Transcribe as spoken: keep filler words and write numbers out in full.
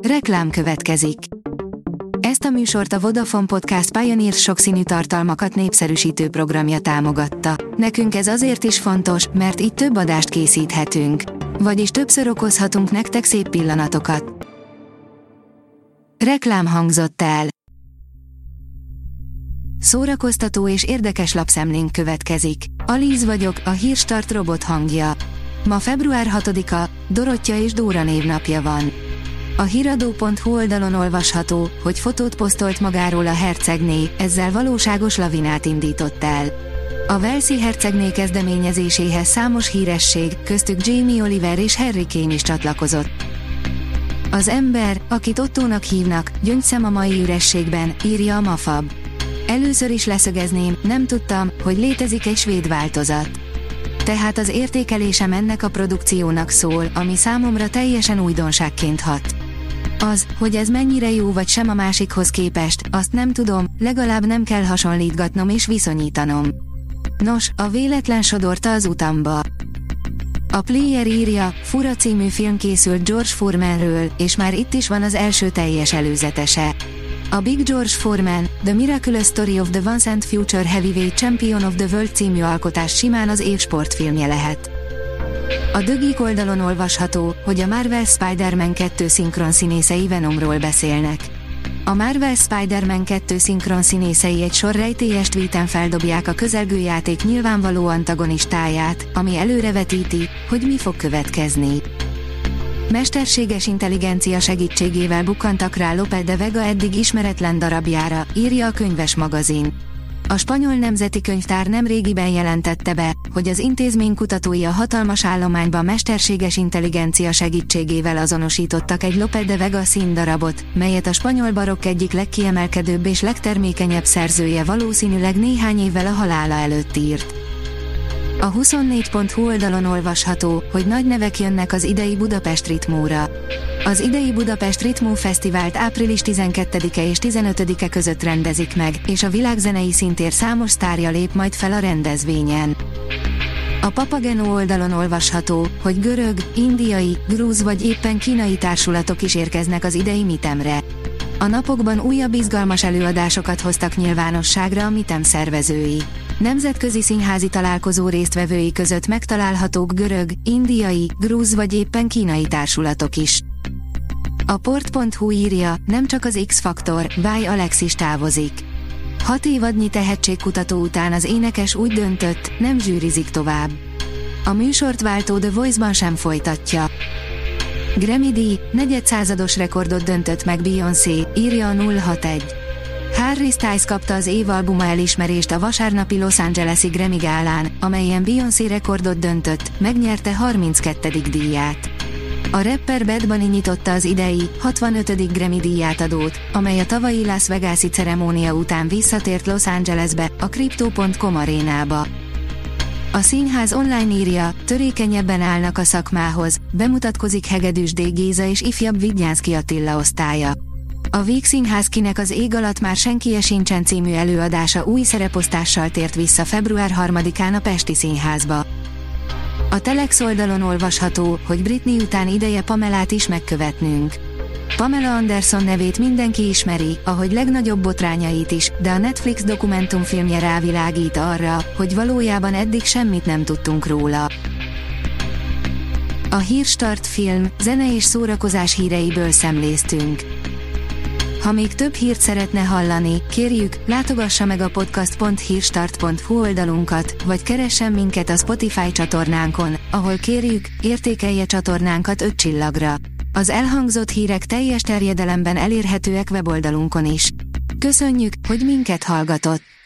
Reklám következik. Ezt a műsort a Vodafone Podcast Pioneer sokszínű tartalmakat népszerűsítő programja támogatta. Nekünk ez azért is fontos, mert így több adást készíthetünk. Vagyis többször okozhatunk nektek szép pillanatokat. Reklám hangzott el. Szórakoztató és érdekes lapszemlénk következik. Alíz vagyok, a Hírstart robot hangja. Ma február hatodika, Dorottya és Dóra névnapja van. A hiradó pont hu oldalon olvasható, hogy fotót posztolt magáról a hercegné, ezzel valóságos lavinát indított el. A walesi hercegné kezdeményezéséhez számos híresség, köztük Jamie Oliver és Harry Kane is csatlakozott. Az ember, akit Ottónak hívnak, gyöngyszem a mai ürességben, írja a Mafab. Először is leszögezném, nem tudtam, hogy létezik egy svéd változat. Tehát az értékelésem ennek a produkciónak szól, ami számomra teljesen újdonságként hat. Az, hogy ez mennyire jó vagy sem a másikhoz képest, azt nem tudom, legalább nem kell hasonlítgatnom és viszonyítanom. Nos, a véletlen sodorta az utamba. A Player írja, Fura című film készült George Foremanről, és már itt is van az első teljes előzetese. A Big George Foreman, The Miraculous Story of the Once and Future Heavyweight Champion of the World című alkotás simán az év sportfilmje lehet. A The Geek oldalon olvasható, hogy a Marvel Spider-Man kettő szinkronszínészei Venomról beszélnek. A Marvel Spider-Man kettő szinkronszínészei egy sor rejtélyes tweeten feldobják a közelgő játék nyilvánvaló antagonistáját, ami előrevetíti, hogy mi fog következni. Mesterséges intelligencia segítségével bukkantak rá Lope de Vega eddig ismeretlen darabjára, írja a Könyves magazin. A spanyol nemzeti könyvtár nemrégiben jelentette be, hogy az intézmény kutatói a hatalmas állományban mesterséges intelligencia segítségével azonosítottak egy Lope de Vega színdarabot, melyet a spanyol barokk egyik legkiemelkedőbb és legtermékenyebb szerzője valószínűleg néhány évvel a halála előtt írt. A huszonnégy pont hu oldalon olvasható, hogy nagy nevek jönnek az idei Budapest Ritmóra. Az idei Budapest Ritmó Fesztivált április tizenkettedike és tizenötödike között rendezik meg, és a világzenei színtér számos sztárja lép majd fel a rendezvényen. A Papageno oldalon olvasható, hogy görög, indiai, grúz vagy éppen kínai társulatok is érkeznek az idei Mitemre. A napokban újabb izgalmas előadásokat hoztak nyilvánosságra a Mitem szervezői. Nemzetközi színházi találkozó résztvevői között megtalálhatók görög, indiai, grúz vagy éppen kínai társulatok is. A port pont hu írja, nem csak az X-faktor, Báj Alexis távozik. Hat évadnyi tehetségkutató után az énekes úgy döntött, nem zsűrizik tovább. A műsort váltó The Voice-ban sem folytatja. Grammy-díj, negyedszázados rekordot döntött meg Beyoncé, írja a nulla hatvanegy. Harry Styles kapta az év albuma elismerést a vasárnapi Los Angeles-i Grammy gálán, amelyen Beyoncé rekordot döntött, megnyerte harminckettedik díját. A rapper Bad Bunny nyitotta az idei, hatvanötödik Grammy díjátadót, amely a tavalyi Las Vegas-i ceremónia után visszatért Los Angelesbe, a Crypto pont com arénába. A Színház online írja, törékenyebben állnak a szakmához, bemutatkozik Hegedűs D. Géza és ifjabb Vidnyánszky Attila osztálya. A Víg Színház Kinek az ég alatt már senkie sincsen című előadása új szereposztással tért vissza február harmadikán a Pesti Színházba. A Telex oldalon olvasható, hogy Britney után ideje Pamelát is megkövetnünk. Pamela Anderson nevét mindenki ismeri, ahogy legnagyobb botrányait is, de a Netflix dokumentumfilmje rávilágít arra, hogy valójában eddig semmit nem tudtunk róla. A Hírstart film, zene és szórakozás híreiből szemléztünk. Ha még több hírt szeretne hallani, kérjük, látogassa meg a podcast pont hírstart pont hu oldalunkat, vagy keressen minket a Spotify csatornánkon, ahol kérjük, értékelje csatornánkat öt csillagra. Az elhangzott hírek teljes terjedelemben elérhetőek weboldalunkon is. Köszönjük, hogy minket hallgatott!